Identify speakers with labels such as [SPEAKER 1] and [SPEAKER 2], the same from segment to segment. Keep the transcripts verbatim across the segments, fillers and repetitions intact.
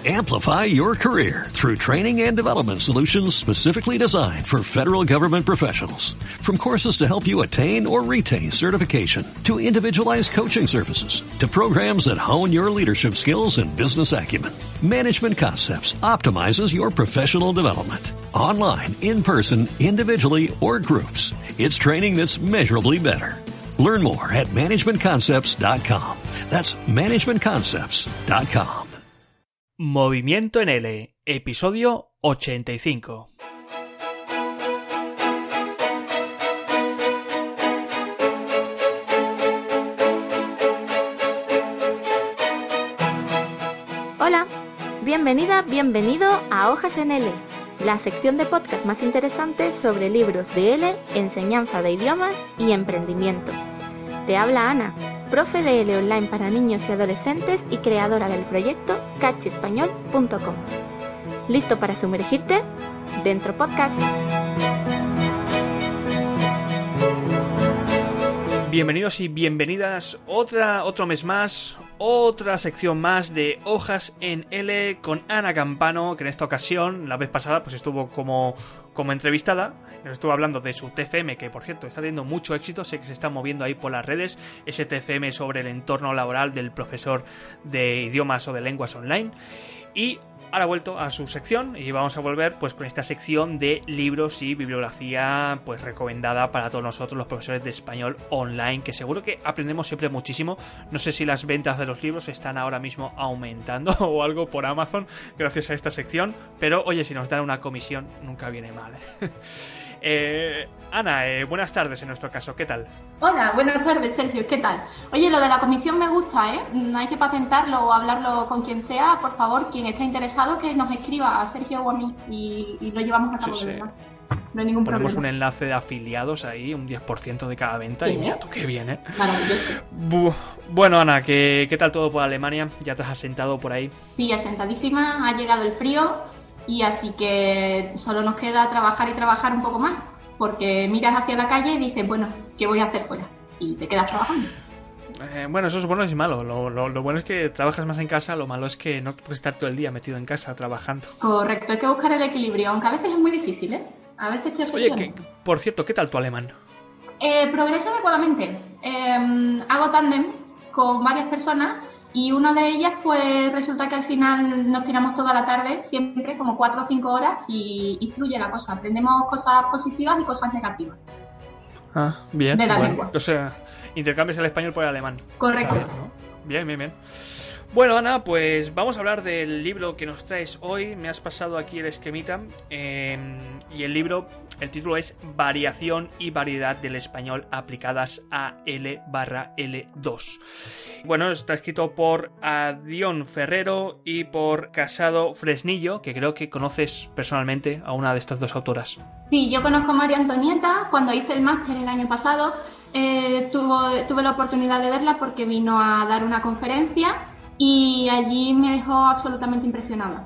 [SPEAKER 1] Amplify your career through training and development solutions specifically designed for federal government professionals. From courses to help you attain or retain certification, to individualized coaching services, to programs that hone your leadership skills and business acumen, Management Concepts optimizes your professional development. Online, in person, individually, or groups, it's training that's measurably better. Learn more at management concepts dot com. That's management concepts dot com.
[SPEAKER 2] Movimiento en L, episodio ochenta y cinco.
[SPEAKER 3] Hola, bienvenida, bienvenido a Hojas en L, la sección de podcast más interesante sobre libros de L, enseñanza de idiomas y emprendimiento. Te habla Ana, profe de L online para niños y adolescentes y creadora del proyecto catch español punto com. ¿Listo para sumergirte? Dentro podcast.
[SPEAKER 2] Bienvenidos y bienvenidas otra otro mes más, otra sección más de Hojas en L con Ana Campano, que en esta ocasión, la vez pasada, pues estuvo como, como entrevistada. Nos estuvo hablando de su T F M, que por cierto está teniendo mucho éxito, sé que se está moviendo ahí por las redes, ese T F M sobre el entorno laboral del profesor de idiomas o de lenguas online. Y ahora ha vuelto a su sección y vamos a volver pues con esta sección de libros y bibliografía pues recomendada para todos nosotros los profesores de español online, que seguro que aprendemos siempre muchísimo. No sé si las ventas de los libros están ahora mismo aumentando o algo por Amazon gracias a esta sección, pero oye, si nos dan una comisión nunca viene mal, ¿eh? Eh, Ana, eh, buenas tardes en nuestro caso, ¿qué tal?
[SPEAKER 4] Hola, buenas tardes, Sergio, ¿qué tal? Oye, lo de la comisión me gusta, ¿eh? Hay que patentarlo o hablarlo con quien sea, por favor, quien esté interesado que nos escriba a Sergio o a mí y, y lo llevamos a cabo,
[SPEAKER 2] sí,
[SPEAKER 4] de
[SPEAKER 2] sí.
[SPEAKER 4] verdad. No hay ningún
[SPEAKER 2] Ponemos
[SPEAKER 4] problema.
[SPEAKER 2] un enlace de afiliados ahí, un diez por ciento de cada venta,
[SPEAKER 4] ¿Sí?
[SPEAKER 2] Y mira tú qué bien, ¿eh?
[SPEAKER 4] Maravilloso.
[SPEAKER 2] Bu- bueno, Ana, ¿qué, ¿qué tal todo por Alemania? ¿Ya te has asentado por ahí?
[SPEAKER 4] Sí, asentadísima, ha llegado el frío y así que solo nos queda trabajar y trabajar un poco más, porque miras hacia la calle y dices, bueno, ¿qué voy a hacer fuera? Y te quedas trabajando.
[SPEAKER 2] Eh, bueno, eso es bueno y malo. Lo, lo, lo bueno es que trabajas más en casa, lo malo es que no puedes estar todo el día metido en casa trabajando.
[SPEAKER 4] Correcto, hay que buscar el equilibrio, aunque a veces es muy difícil, ¿eh? A veces te
[SPEAKER 2] Oye,
[SPEAKER 4] obsesiona.
[SPEAKER 2] que, por cierto, ¿qué tal tu alemán?
[SPEAKER 4] Eh, progresa adecuadamente. Eh, hago tándem con varias personas y una de ellas, pues resulta que al final nos tiramos toda la tarde, siempre como cuatro o cinco horas, y, y fluye la cosa. Aprendemos cosas positivas y cosas negativas.
[SPEAKER 2] Ah, bien.
[SPEAKER 4] De la
[SPEAKER 2] bueno,
[SPEAKER 4] lengua.
[SPEAKER 2] O sea, intercambias el español por el alemán.
[SPEAKER 4] Correcto.
[SPEAKER 2] Está bien, ¿no? Bien, bien, bien. Bueno, Ana, pues vamos a hablar del libro que nos traes hoy. Me has pasado aquí el esquemita. Eh, y el libro, el título es Variación y variedad del español aplicadas a L barra L dos. Bueno, está escrito por Adión Ferrero y por Casado Fresnillo, que creo que conoces personalmente a una de estas dos autoras.
[SPEAKER 4] Sí, yo conozco a María Antonieta. Cuando hice el máster el año pasado, eh, tuvo, tuve la oportunidad de verla porque vino a dar una conferencia y allí me dejó absolutamente impresionada.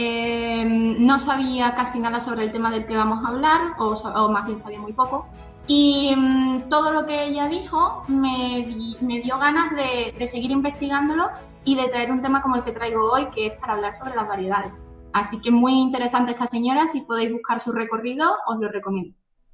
[SPEAKER 4] Eh, no sabía casi nada sobre el tema del que vamos a hablar, o, o más bien sabía muy poco, y um, todo lo que ella dijo me, me dio ganas de, de seguir investigándolo y de traer un tema como el que traigo hoy, que es para hablar sobre las variedades. Así que muy interesante esta señora, si podéis buscar su recorrido, os lo recomiendo.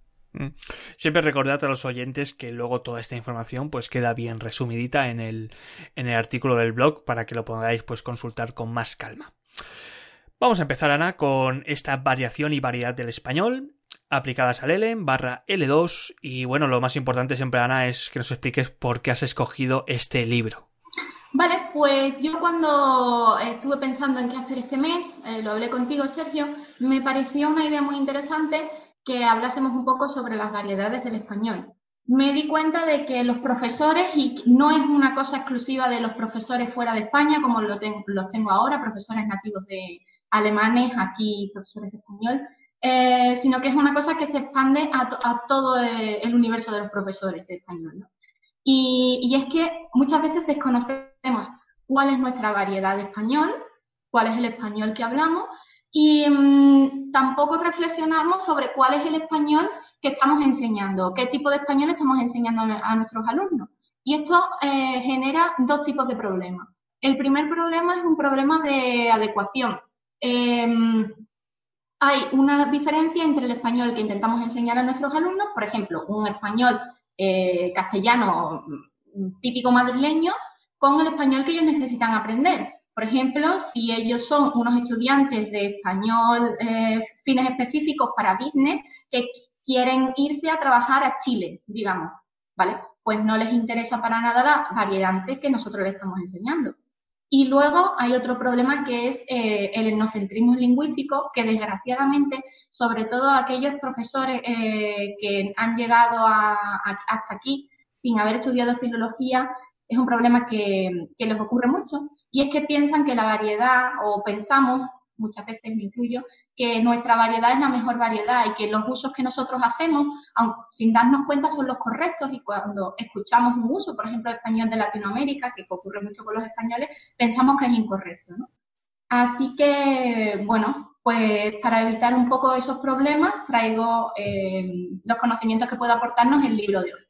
[SPEAKER 2] Siempre recordad a los oyentes que luego toda esta información pues queda bien resumidita en el, en el artículo del blog para que lo podáis pues consultar con más calma. Vamos a empezar, Ana, con esta variación y variedad del español aplicadas al L barra L dos y bueno, lo más importante siempre, Ana, es que nos expliques por qué has escogido este libro.
[SPEAKER 4] Vale, pues yo cuando estuve pensando en qué hacer este mes, eh, lo hablé contigo, Sergio, me pareció una idea muy interesante que hablásemos un poco sobre las variedades del español. Me di cuenta de que los profesores, y no es una cosa exclusiva de los profesores fuera de España, como lo tengo, los tengo ahora, profesores nativos de alemanes, aquí profesores de español, eh, sino que es una cosa que se expande a, to- a todo el universo de los profesores de español, ¿no? Y, y es que muchas veces desconocemos cuál es nuestra variedad de español, cuál es el español que hablamos, y mmm, tampoco reflexionamos sobre cuál es el español que estamos enseñando, qué tipo de español estamos enseñando a nuestros alumnos. Y esto eh, genera dos tipos de problemas. El primer problema es un problema de adecuación. Eh, hay una diferencia entre el español que intentamos enseñar a nuestros alumnos, por ejemplo, un español eh, castellano típico madrileño, con el español que ellos necesitan aprender. Por ejemplo, si ellos son unos estudiantes de español, eh, fines específicos para business, que quieren irse a trabajar a Chile, digamos, ¿vale? Pues no les interesa para nada la variedad que nosotros les estamos enseñando. Y luego hay otro problema que es eh, el etnocentrismo lingüístico, que desgraciadamente, sobre todo aquellos profesores eh, que han llegado a, a, hasta aquí sin haber estudiado filología, es un problema que, que les ocurre mucho. Y es que piensan que la variedad, o pensamos, muchas veces me incluyo, que nuestra variedad es la mejor variedad y que los usos que nosotros hacemos, aunque sin darnos cuenta, son los correctos, y cuando escuchamos un uso, por ejemplo, español de Latinoamérica, que ocurre mucho con los españoles, pensamos que es incorrecto, ¿no? Así que, bueno, pues para evitar un poco esos problemas, traigo eh, los conocimientos que puede aportarnos el libro de hoy.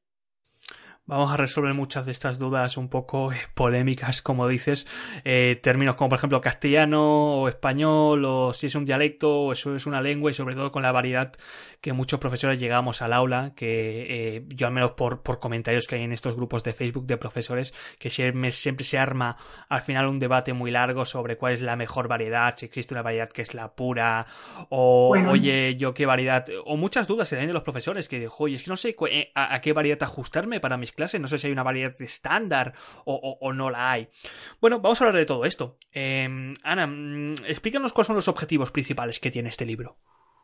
[SPEAKER 2] Vamos a resolver muchas de estas dudas un poco eh, polémicas, como dices, eh, términos como por ejemplo castellano o español, o si es un dialecto o eso es una lengua, y sobre todo con la variedad que muchos profesores llegamos al aula, que eh, yo al menos por, por comentarios que hay en estos grupos de Facebook de profesores, que siempre, siempre se arma al final un debate muy largo sobre cuál es la mejor variedad, si existe una variedad que es la pura, o bueno. Oye, yo qué variedad, o muchas dudas que tienen de los profesores, que digo, oye, es que no sé a, a qué variedad ajustarme para mis clases, no sé si hay una variedad estándar o, o, o no la hay. Bueno, vamos a hablar de todo esto. Eh, Ana, explícanos cuáles son los objetivos principales que tiene este libro.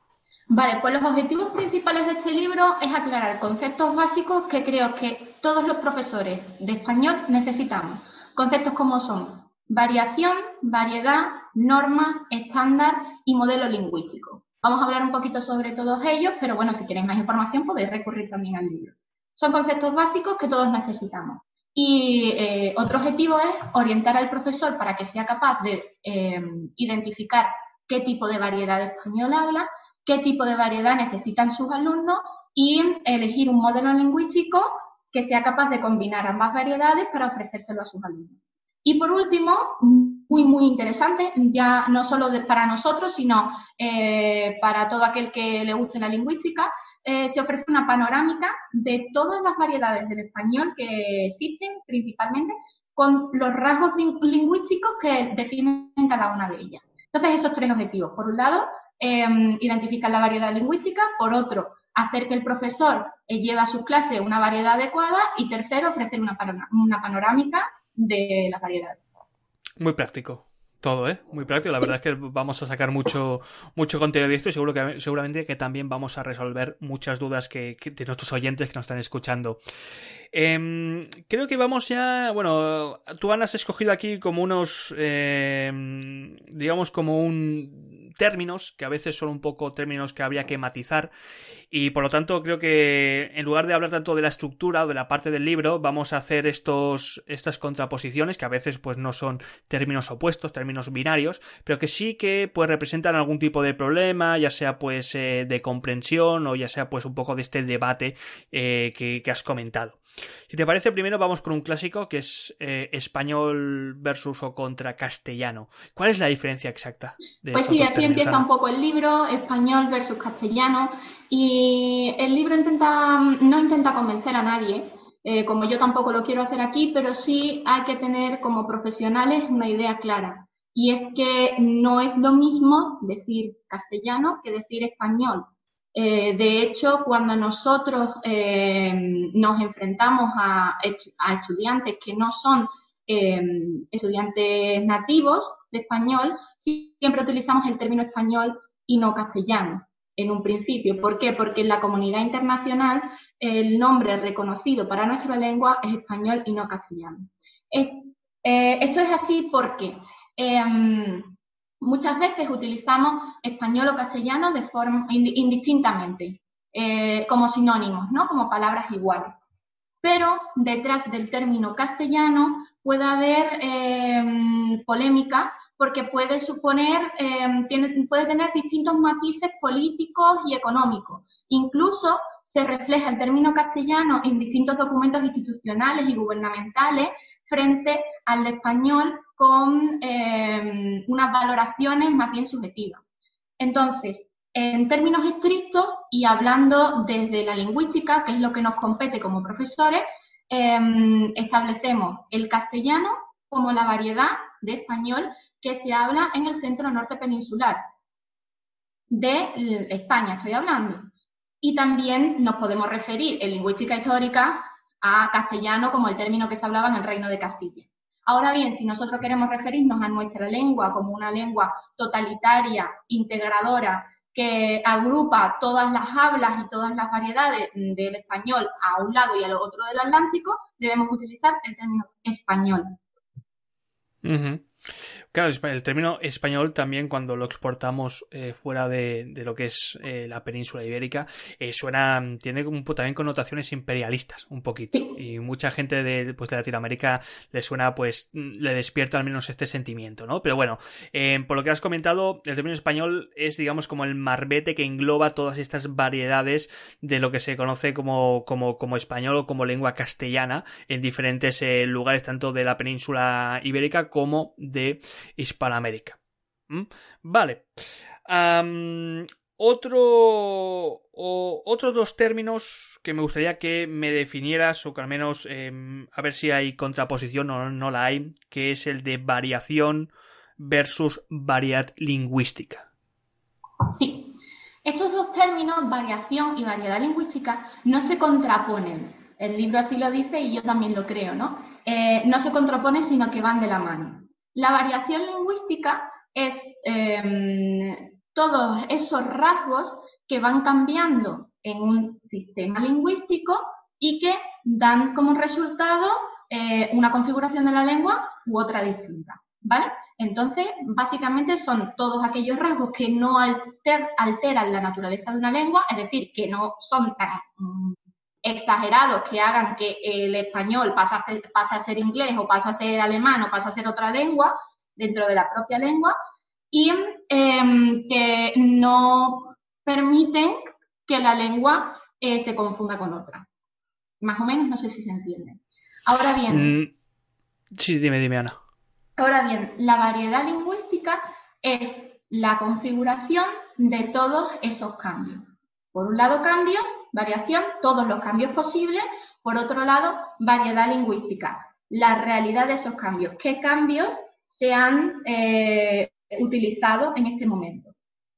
[SPEAKER 4] Vale, pues los objetivos principales de este libro es aclarar conceptos básicos que creo que todos los profesores de español necesitamos. Conceptos como son variación, variedad, norma, estándar y modelo lingüístico. Vamos a hablar un poquito sobre todos ellos, pero bueno, si queréis más información podéis recurrir también al libro. Son conceptos básicos que todos necesitamos. Y eh, otro objetivo es orientar al profesor para que sea capaz de eh, identificar qué tipo de variedad de español habla, qué tipo de variedad necesitan sus alumnos y elegir un modelo lingüístico que sea capaz de combinar ambas variedades para ofrecérselo a sus alumnos. Y por último, muy, muy interesante, ya no solo de, para nosotros, sino eh, para todo aquel que le guste la lingüística, eh, se ofrece una panorámica de todas las variedades del español que existen, principalmente, con los rasgos lingüísticos que definen cada una de ellas. Entonces, esos tres objetivos. Por un lado, eh, identificar la variedad lingüística. Por otro, hacer que el profesor eh, lleve a sus clases una variedad adecuada. Y tercero, ofrecer una, una panorámica de las variedades.
[SPEAKER 2] Muy práctico. Todo, ¿eh? Muy práctico. La verdad es que vamos a sacar mucho mucho contenido de esto y seguro que, seguramente que también vamos a resolver muchas dudas que, que de nuestros oyentes que nos están escuchando. Eh, creo que vamos ya... Bueno, tú, Ana, has escogido aquí como unos... Eh, digamos como un... términos, que a veces son un poco términos que habría que matizar, y por lo tanto creo que en lugar de hablar tanto de la estructura o de la parte del libro, vamos a hacer estos estas contraposiciones que a veces pues no son términos opuestos, términos binarios, pero que sí que pues representan algún tipo de problema, ya sea pues eh, de comprensión o ya sea pues un poco de este debate eh, que, que has comentado. Si te parece, primero vamos con un clásico que es eh, español versus o contra castellano. ¿Cuál es la diferencia exacta de
[SPEAKER 4] Pues
[SPEAKER 2] estos
[SPEAKER 4] sí,
[SPEAKER 2] dos
[SPEAKER 4] así
[SPEAKER 2] términos,
[SPEAKER 4] empieza
[SPEAKER 2] Ana?
[SPEAKER 4] un poco el libro, español versus castellano, y el libro intenta no intenta convencer a nadie, eh, como yo tampoco lo quiero hacer aquí, pero sí hay que tener como profesionales una idea clara. Y es que no es lo mismo decir castellano que decir español. Eh, de hecho, cuando nosotros eh, nos enfrentamos a, a estudiantes que no son eh, estudiantes nativos de español, siempre utilizamos el término español y no castellano en un principio. ¿Por qué? Porque en la comunidad internacional el nombre reconocido para nuestra lengua es español y no castellano. Es, eh, esto es así porque eh, muchas veces utilizamos español o castellano de forma indistintamente, eh, como sinónimos, ¿no? Como palabras iguales. Pero detrás del término castellano puede haber eh, polémica porque puede suponer, eh, tiene, puede tener distintos matices políticos y económicos. Incluso se refleja el término castellano en distintos documentos institucionales y gubernamentales frente al de español con eh, unas valoraciones más bien subjetivas. Entonces, en términos estrictos y hablando desde la lingüística, que es lo que nos compete como profesores, eh, establecemos el castellano como la variedad de español que se habla en el centro norte peninsular de España, estoy hablando. Y también nos podemos referir en lingüística histórica a castellano como el término que se hablaba en el Reino de Castilla. Ahora bien, si nosotros queremos referirnos a nuestra lengua como una lengua totalitaria, integradora, que agrupa todas las hablas y todas las variedades del español a un lado y al otro del Atlántico, debemos utilizar el término español.
[SPEAKER 2] Uh-huh. Claro, el término español también cuando lo exportamos eh, fuera de, de lo que es eh, la península ibérica eh, suena, tiene un, también connotaciones imperialistas un poquito, y mucha gente de, pues, de Latinoamérica le suena, pues le despierta al menos este sentimiento, ¿no? Pero bueno, eh, por lo que has comentado, el término español es, digamos, como el marbete que engloba todas estas variedades de lo que se conoce como, como, como español o como lengua castellana en diferentes eh, lugares tanto de la península ibérica como de Hispanoamérica. ¿Mm? Vale. Um, otro o, otros dos términos que me gustaría que me definieras, o que al menos eh, a ver si hay contraposición o no la hay, que es el de variación versus variedad lingüística.
[SPEAKER 4] Sí. Estos dos términos, variación y variedad lingüística, no se contraponen. El libro así lo dice y yo también lo creo, ¿no? Eh, no se contraponen, sino que van de la mano. La variación lingüística es eh, todos esos rasgos que van cambiando en un sistema lingüístico y que dan como resultado eh, una configuración de la lengua u otra distinta, ¿vale? Entonces, básicamente son todos aquellos rasgos que no alter, alteran la naturaleza de una lengua, es decir, que no son tan mm, exagerados que hagan que el español pase a, ser, pase a ser inglés o pase a ser alemán o pase a ser otra lengua dentro de la propia lengua, y eh, que no permiten que la lengua eh, se confunda con otra. Más o menos, no sé si se entiende. Ahora bien...
[SPEAKER 2] Mm, sí, dime, dime, Ana.
[SPEAKER 4] Ahora bien, la variedad lingüística es la configuración de todos esos cambios. Por un lado, cambios, variación, todos los cambios posibles. Por otro lado, variedad lingüística, la realidad de esos cambios. ¿Qué cambios se han eh, utilizado en este momento?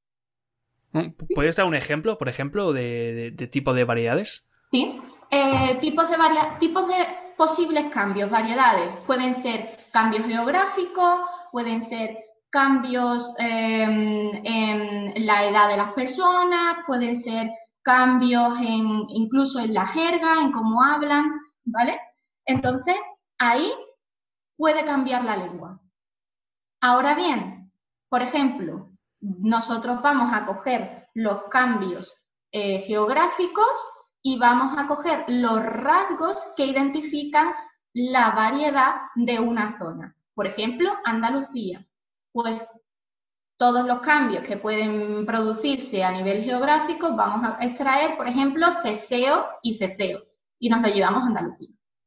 [SPEAKER 2] ¿Puedes dar un ejemplo, por ejemplo, de, de, de tipo de variedades?
[SPEAKER 4] Sí. Eh, tipos de varia- tipos de posibles cambios, variedades. Pueden ser cambios geográficos, pueden ser cambios eh, en la edad de las personas, pueden ser cambios en, incluso en la jerga, en cómo hablan, ¿vale? Entonces, ahí puede cambiar la lengua. Ahora bien, por ejemplo, nosotros vamos a coger los cambios eh, geográficos y vamos a coger los rasgos que identifican la variedad de una zona. Por ejemplo, Andalucía. Pues todos los cambios que pueden producirse a nivel geográfico vamos a extraer, por ejemplo, ceseo y ceceo. Y nos lo llevamos a Andalucía.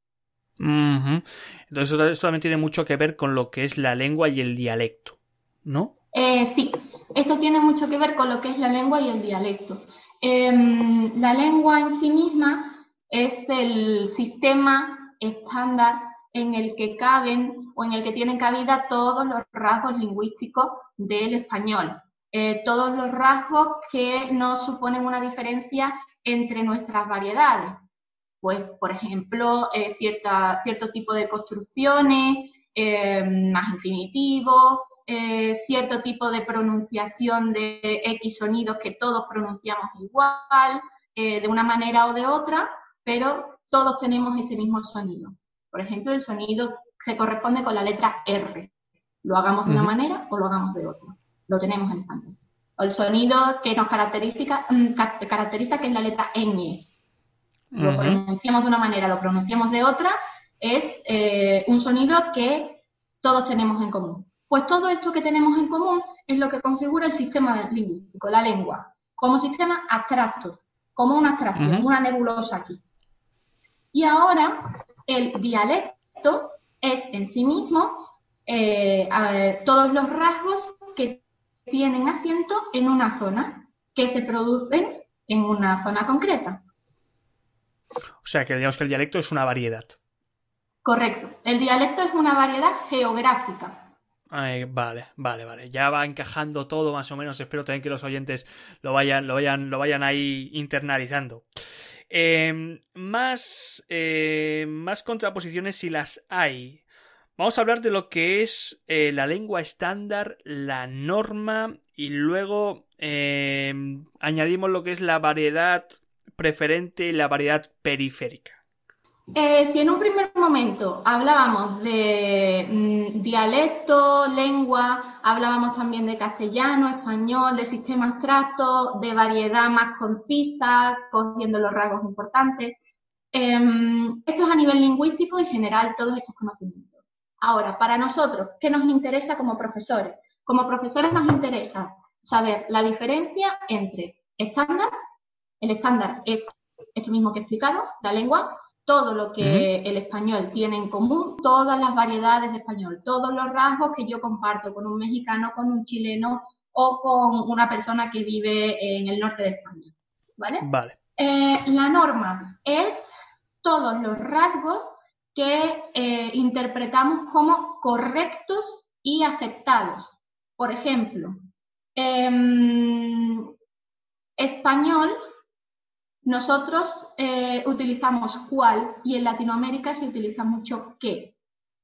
[SPEAKER 2] Uh-huh. Entonces esto también tiene mucho que ver con lo que es la lengua y el dialecto, ¿no?
[SPEAKER 4] Eh, sí, esto tiene mucho que ver con lo que es la lengua y el dialecto. Eh, la lengua en sí misma es el sistema estándar en el que caben o en el que tienen cabida todos los rasgos lingüísticos del español. Eh, todos los rasgos que no suponen una diferencia entre nuestras variedades. Pues, por ejemplo, eh, cierta, cierto tipo de construcciones, eh, más infinitivos, eh, cierto tipo de pronunciación de X sonidos que todos pronunciamos igual, eh, de una manera o de otra, pero todos tenemos ese mismo sonido. Por ejemplo, el sonido se corresponde con la letra R. Lo hagamos de una uh-huh. manera o lo hagamos de otra. Lo tenemos en español. O el sonido que nos caracteriza, caracteriza que es la letra ñ. Lo uh-huh. pronunciamos de una manera, lo pronunciamos de otra, es eh, un sonido que todos tenemos en común. Pues todo esto que tenemos en común es lo que configura el sistema lingüístico, la lengua, como sistema abstracto, como una abstracción, uh-huh. una nebulosa aquí. Y ahora, el dialecto es en sí mismo eh, a, todos los rasgos que tienen asiento en una zona, que se producen en una zona concreta.
[SPEAKER 2] O sea, que digamos que el dialecto es una variedad.
[SPEAKER 4] Correcto. El dialecto es una variedad geográfica.
[SPEAKER 2] Ay, vale, vale, vale. Ya va encajando todo más o menos. Espero también que los oyentes lo vayan, lo vayan, lo vayan ahí internalizando. Eh, más, eh, más contraposiciones si las hay. Vamos a hablar de lo que es eh, la lengua estándar, la norma y luego eh, añadimos lo que es la variedad preferente y la variedad periférica.
[SPEAKER 4] Eh, si en un primer momento hablábamos de mm, dialecto, lengua, hablábamos también de castellano, español, de sistema abstracto, de variedad más concisa, cogiendo los rasgos importantes. Eh, esto es a nivel lingüístico y general, todos estos conocimientos. Ahora, para nosotros, ¿qué nos interesa como profesores? Como profesores nos interesa saber la diferencia entre estándar, el estándar es esto mismo que he explicado, la lengua, todo lo que uh-huh. el español tiene en común, todas las variedades de español, todos los rasgos que yo comparto con un mexicano, con un chileno o con una persona que vive en el norte de España, ¿vale?
[SPEAKER 2] Vale.
[SPEAKER 4] Eh, la norma es todos los rasgos que eh, interpretamos como correctos y aceptados. Por ejemplo, eh, español, nosotros eh, utilizamos cual y en Latinoamérica se utiliza mucho qué.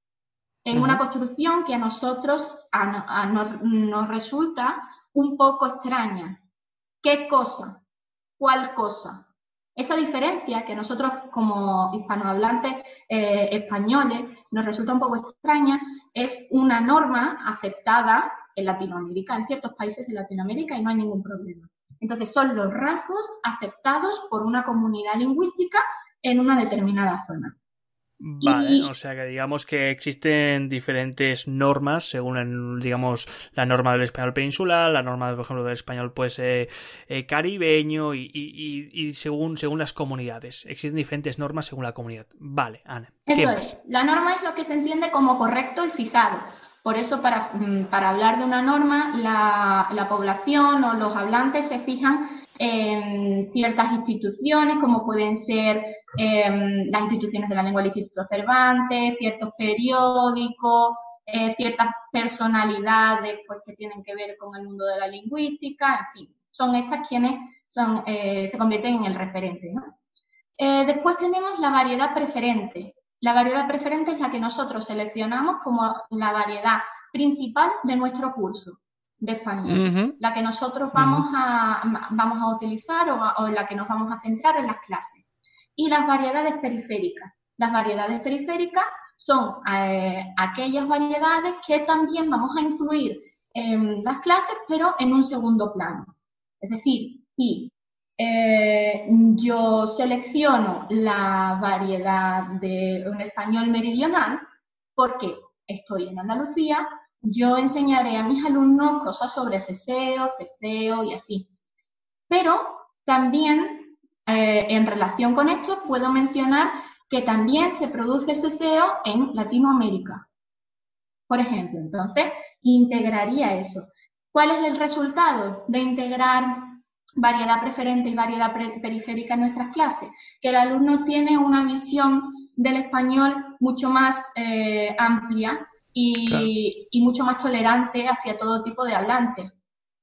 [SPEAKER 4] En uh-huh. una construcción que a nosotros a, a, nos, nos resulta un poco extraña. ¿Qué cosa? ¿Cuál cosa? Esa diferencia que a nosotros como hispanohablantes eh, españoles nos resulta un poco extraña es una norma aceptada en Latinoamérica, en ciertos países de Latinoamérica y no hay ningún problema. Entonces son los rasgos aceptados por una comunidad lingüística en una determinada zona.
[SPEAKER 2] Vale,
[SPEAKER 4] y...
[SPEAKER 2] o sea que digamos que existen diferentes normas según, el, digamos, la norma del español peninsular, la norma, por ejemplo, del español pues eh, eh, caribeño y, y, y según, según las comunidades. Existen diferentes normas según la comunidad. Vale, Ana. ¿Qué
[SPEAKER 4] Eso
[SPEAKER 2] más?
[SPEAKER 4] es. La norma es lo que se entiende como correcto y fijado. Por eso, para, para hablar de una norma, la, la población o los hablantes se fijan en ciertas instituciones, como pueden ser eh, las instituciones de la lengua del Instituto Cervantes, ciertos periódicos, eh, ciertas personalidades pues, que tienen que ver con el mundo de la lingüística, en fin, son estas quienes son, eh, se convierten en el referente, ¿no? Eh, después tenemos la variedad preferente. La variedad preferente es la que nosotros seleccionamos como la variedad principal de nuestro curso de español, uh-huh. la que nosotros vamos, uh-huh. a, vamos a utilizar o, a, o en la que nos vamos a centrar en las clases. Y las variedades periféricas. Las variedades periféricas son eh, aquellas variedades que también vamos a incluir en las clases, pero en un segundo plano. Es decir, si Eh, yo selecciono la variedad de un español meridional porque estoy en Andalucía, yo enseñaré a mis alumnos cosas sobre seseo, ceseo y así. Pero también, eh, en relación con esto, puedo mencionar que también se produce seseo en Latinoamérica. Por ejemplo, entonces, integraría eso. ¿Cuál es el resultado de integrar variedad preferente y variedad periférica en nuestras clases? Que el alumno tiene una visión del español mucho más eh, amplia y, claro. y mucho más tolerante hacia todo tipo de hablantes.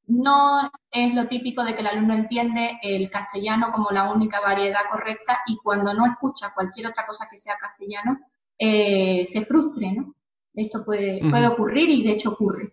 [SPEAKER 4] No es lo típico de que el alumno entiende el castellano como la única variedad correcta y cuando no escucha cualquier otra cosa que sea castellano, eh, se frustre, ¿no? Esto puede, uh-huh. puede ocurrir y de hecho ocurre.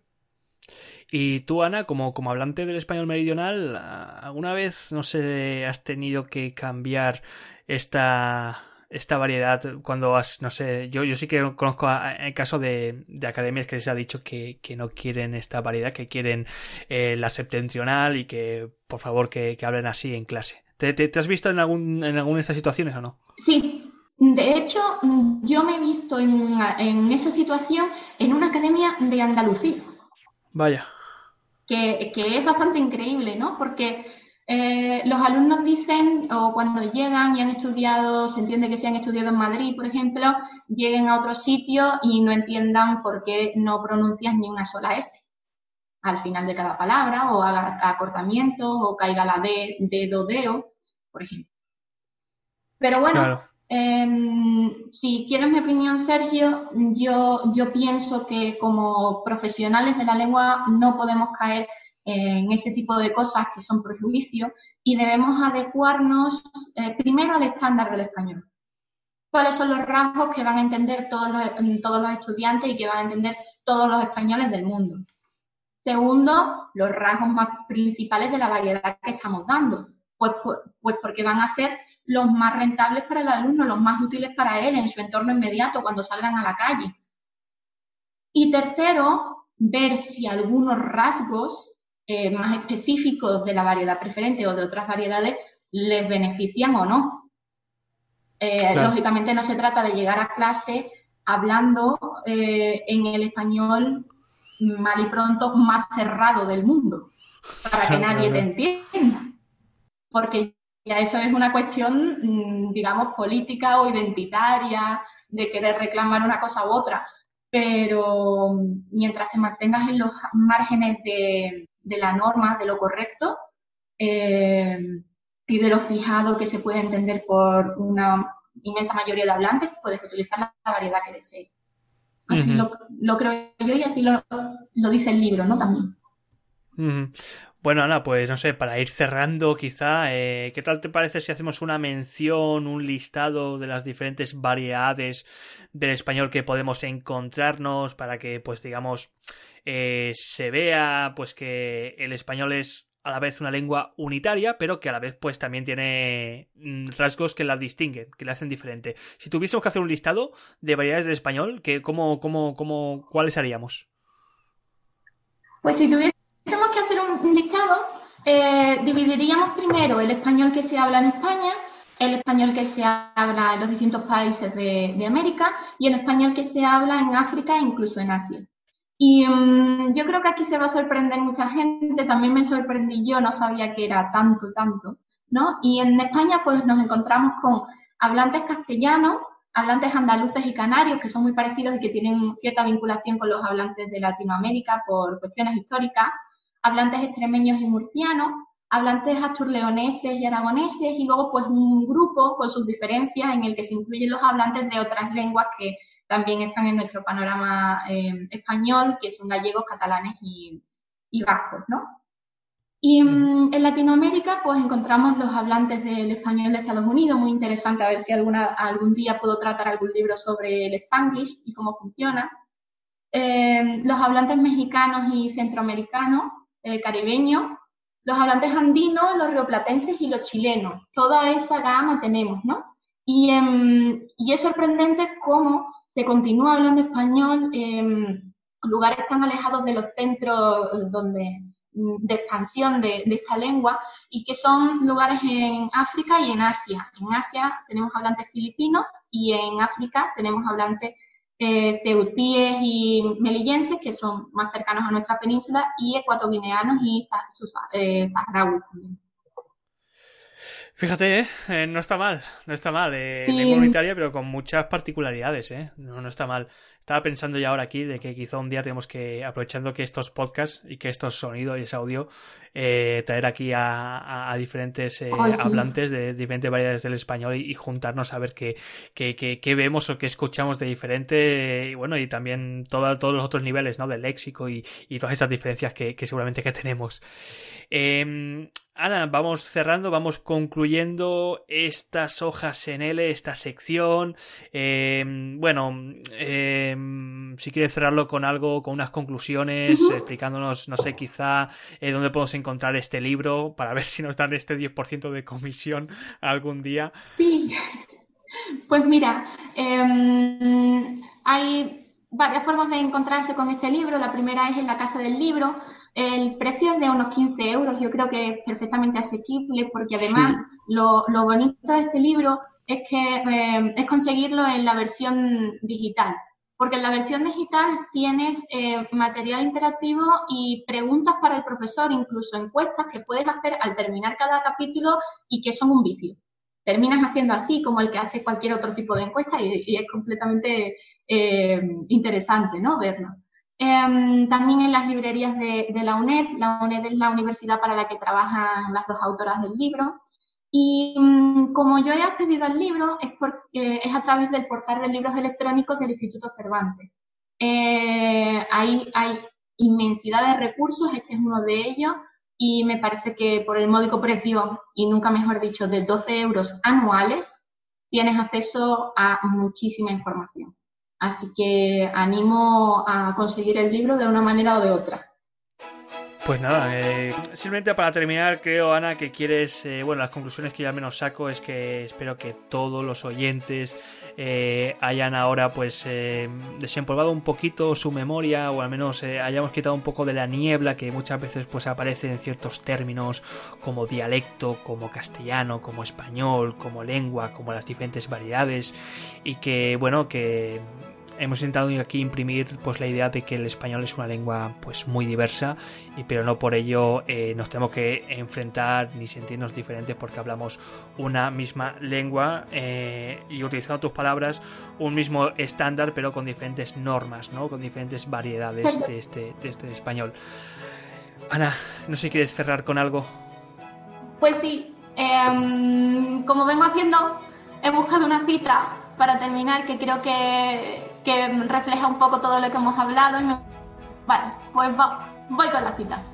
[SPEAKER 2] Y tú, Ana, como, como hablante del español meridional, ¿alguna vez, no sé, has tenido que cambiar esta, esta variedad cuando has, no sé, yo, yo sí que conozco el caso de, de academias que les ha dicho que, que no quieren esta variedad, que quieren eh, la septentrional y que, por favor, que, que hablen así en clase. ¿Te, te, te has visto en, algún, en alguna de estas situaciones o no?
[SPEAKER 4] Sí. De hecho, yo me he visto en, en esa situación en una academia de Andalucía.
[SPEAKER 2] Vaya.
[SPEAKER 4] Que, que es bastante increíble, ¿no? Porque Eh, los alumnos dicen, o cuando llegan y han estudiado, se entiende que si han estudiado en Madrid, por ejemplo, lleguen a otro sitio y no entiendan por qué no pronuncias ni una sola S al final de cada palabra, o haga acortamientos, o caiga la D, dedo, deo, por ejemplo. Pero bueno,
[SPEAKER 2] Claro.
[SPEAKER 4] eh, si quieres mi opinión, Sergio, yo, yo pienso que como profesionales de la lengua no podemos caer en ese tipo de cosas que son prejuicios y debemos adecuarnos eh, primero al estándar del español. ¿Cuáles son los rasgos que van a entender todos los, todos los estudiantes y que van a entender todos los españoles del mundo? Segundo, los rasgos más principales de la variedad que estamos dando, pues, pues, pues porque van a ser los más rentables para el alumno, los más útiles para él en su entorno inmediato cuando salgan a la calle. Y tercero, ver si algunos rasgos eh, más específicos de la variedad preferente o de otras variedades les benefician o no. Eh, claro. Lógicamente no se trata de llegar a clase hablando eh, en el español mal y pronto más cerrado del mundo, para que nadie te entienda. Porque ya eso es una cuestión, digamos, política o identitaria, de querer reclamar una cosa u otra. Pero mientras te mantengas en los márgenes de, de la norma, de lo correcto, eh, y de lo fijado que se puede entender por una inmensa mayoría de hablantes, puedes utilizar la variedad que desees. Así uh-huh. lo, lo creo yo y así lo, lo dice el libro, ¿no? También.
[SPEAKER 2] Uh-huh. Bueno, Ana, pues no sé, para ir cerrando quizá, eh, ¿qué tal te parece si hacemos una mención, un listado de las diferentes variedades del español que podemos encontrarnos para que, pues digamos, eh, se vea pues que el español es a la vez una lengua unitaria, pero que a la vez pues también tiene rasgos que la distinguen, que la hacen diferente? Si tuviésemos que hacer un listado de variedades del español, ¿qué, cómo, cómo, cómo, ¿cuáles haríamos?
[SPEAKER 4] Pues si tuviésemos que hacer un, un listado, eh, dividiríamos primero el español que se habla en España, el español que se habla en los distintos países de, de América y el español que se habla en África e incluso en Asia. Y um, yo creo que aquí se va a sorprender mucha gente, también me sorprendí yo, no sabía que era tanto, tanto, ¿no? Y en España pues nos encontramos con hablantes castellanos, hablantes andaluces y canarios, que son muy parecidos y que tienen cierta vinculación con los hablantes de Latinoamérica por cuestiones históricas, hablantes extremeños y murcianos, hablantes asturleoneses y aragoneses, y luego pues un grupo con sus diferencias en el que se incluyen los hablantes de otras lenguas que también están en nuestro panorama eh, español, que son gallegos, catalanes y, y vascos, ¿no? Y um, en Latinoamérica pues encontramos los hablantes del español de Estados Unidos, muy interesante, a ver si alguna, algún día puedo tratar algún libro sobre el Spanglish y cómo funciona. Eh, los hablantes mexicanos y centroamericanos, eh, caribeños, los hablantes andinos, los rioplatenses y los chilenos. Toda esa gama tenemos, ¿no? Y, eh, y es sorprendente cómo se continúa hablando español en lugares tan alejados de los centros donde, de expansión de, de esta lengua, y que son lugares en África y en Asia. En Asia tenemos hablantes filipinos y en África tenemos hablantes eh, teutíes y melillenses, que son más cercanos a nuestra península, y ecuatoguineanos y eh, saharauis también.
[SPEAKER 2] Fíjate, ¿eh? Eh, no está mal, no está mal. Eh,
[SPEAKER 4] sí.
[SPEAKER 2] Lengua unitaria, pero con muchas particularidades, ¿eh? No, no está mal. Estaba pensando ya ahora aquí de que quizá un día tenemos que, aprovechando que estos podcasts y que estos sonidos y ese audio, eh, traer aquí a, a, a diferentes eh,
[SPEAKER 4] Ay, sí.
[SPEAKER 2] hablantes de diferentes variedades del español y, y juntarnos a ver qué, qué, qué, qué vemos o qué escuchamos de diferente, y bueno, y también todo, todos los otros niveles, ¿no? Del léxico y, y todas esas diferencias que, que seguramente que tenemos. Eh, Ana, vamos cerrando, vamos concluyendo estas hojas en L, esta sección. Eh, bueno, eh, si quieres cerrarlo con algo, con unas conclusiones, uh-huh. explicándonos, no sé, quizá eh, dónde podemos encontrar este libro para ver si nos dan este diez por ciento de comisión algún día.
[SPEAKER 4] Sí, pues mira, eh, hay varias formas de encontrarse con este libro. La primera es en la Casa del Libro. El precio es de unos quince euros, yo creo que es perfectamente asequible, porque además sí. lo, lo bonito de este libro es que eh, es conseguirlo en la versión digital. porque en la versión digital tienes eh, material interactivo y preguntas para el profesor, incluso encuestas que puedes hacer al terminar cada capítulo y que son un vicio. Terminas haciendo así como el que hace cualquier otro tipo de encuesta y, y es completamente eh, interesante, ¿no?, verlo. Eh, también en las librerías de, de la UNED. La UNED es la universidad para la que trabajan las dos autoras del libro. Y um, como yo he accedido al libro es, porque, es a través del portal de libros electrónicos del Instituto Cervantes. Eh, ahí hay inmensidad de recursos, este es uno de ellos, y me parece que por el módico precio, y nunca mejor dicho, de doce euros anuales, tienes acceso a muchísima información. Así que animo a conseguir el libro de una manera o de otra.
[SPEAKER 2] Pues nada, eh, simplemente para terminar, creo, Ana, que quieres, eh, bueno, las conclusiones que yo al menos saco es que espero que todos los oyentes eh, hayan ahora pues eh, desempolvado un poquito su memoria, o al menos eh, hayamos quitado un poco de la niebla que muchas veces pues aparece en ciertos términos como dialecto, como castellano, como español, como lengua, como las diferentes variedades, y que, bueno, que hemos intentado aquí imprimir pues la idea de que el español es una lengua pues muy diversa, y pero no por ello eh, nos tenemos que enfrentar ni sentirnos diferentes porque hablamos una misma lengua eh, y, utilizando tus palabras, un mismo estándar pero con diferentes normas, ¿no?, con diferentes variedades de este, de este español. Ana, no sé si quieres cerrar con algo.
[SPEAKER 4] Pues sí, eh, como vengo haciendo, he buscado una cita para terminar que creo que que refleja un poco todo lo que hemos hablado. Y me... Vale, pues va, voy con la cita.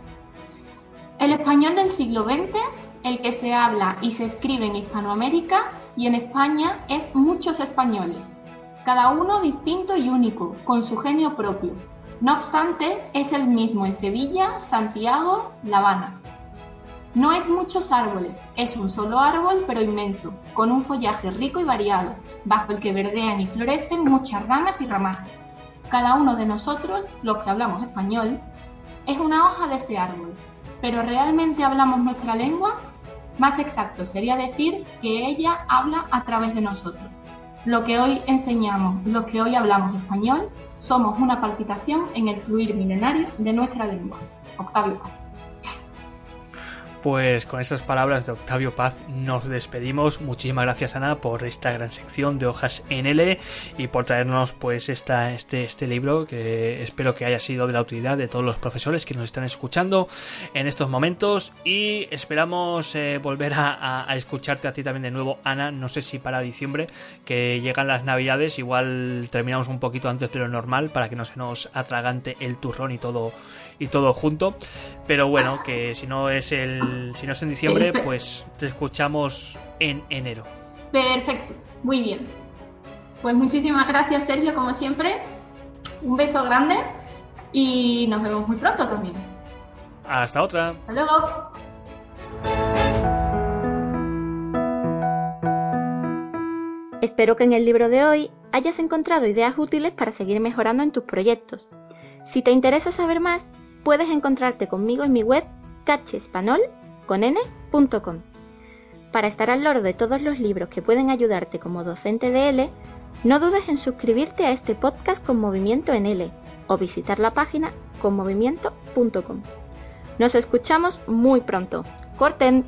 [SPEAKER 4] El español del siglo veinte, el que se habla y se escribe en Hispanoamérica y en España, es muchos españoles, cada uno distinto y único, con su genio propio. No obstante, es el mismo en Sevilla, Santiago, La Habana. No es muchos árboles, es un solo árbol pero inmenso, con un follaje rico y variado, bajo el que verdean y florecen muchas ramas y ramajes. Cada uno de nosotros, los que hablamos español, es una hoja de ese árbol. ¿Pero realmente hablamos nuestra lengua? Más exacto sería decir que ella habla a través de nosotros. Lo que hoy enseñamos, los que hoy hablamos español, somos una palpitación en el fluir milenario de nuestra lengua. Octavio Paz.
[SPEAKER 2] Pues con esas palabras de Octavio Paz nos despedimos. Muchísimas gracias, Ana, por esta gran sección de Hojas en L y por traernos pues esta, este, este libro, que espero que haya sido de la utilidad de todos los profesores que nos están escuchando en estos momentos, y esperamos eh, volver a, a, a escucharte a ti también de nuevo, Ana. No sé si para diciembre, que llegan las navidades, igual terminamos un poquito antes de lo normal para que no se nos atragante el turrón y todo y todo junto, pero bueno, que si no es el si no es en diciembre, pues te escuchamos en enero.
[SPEAKER 4] Perfecto, muy bien. Pues muchísimas gracias, Sergio, como siempre. Un beso grande y nos vemos muy pronto también.
[SPEAKER 2] Hasta otra.
[SPEAKER 4] Hasta luego.
[SPEAKER 3] Espero que en el libro de hoy hayas encontrado ideas útiles para seguir mejorando en tus proyectos. Si te interesa saber más, puedes encontrarte conmigo en mi web catchespanol punto com. Para estar al loro de todos los libros que pueden ayudarte como docente de L, no dudes en suscribirte a este podcast con Movimiento en L o visitar la página conmovimiento punto com. Nos escuchamos muy pronto. ¡Corten!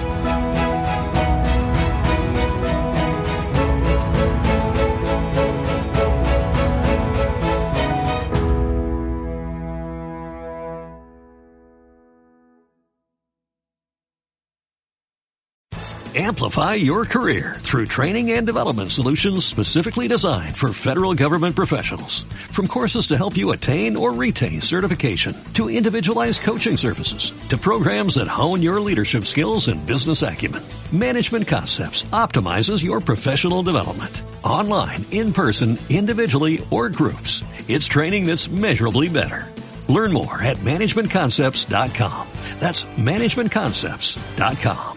[SPEAKER 1] Amplify your career through training and development solutions specifically designed for federal government professionals. From courses to help you attain or retain certification, to individualized coaching services, to programs that hone your leadership skills and business acumen, Management Concepts optimizes your professional development. Online, in person, individually, or groups, it's training that's measurably better. Learn more at management concepts dot com. That's management concepts dot com.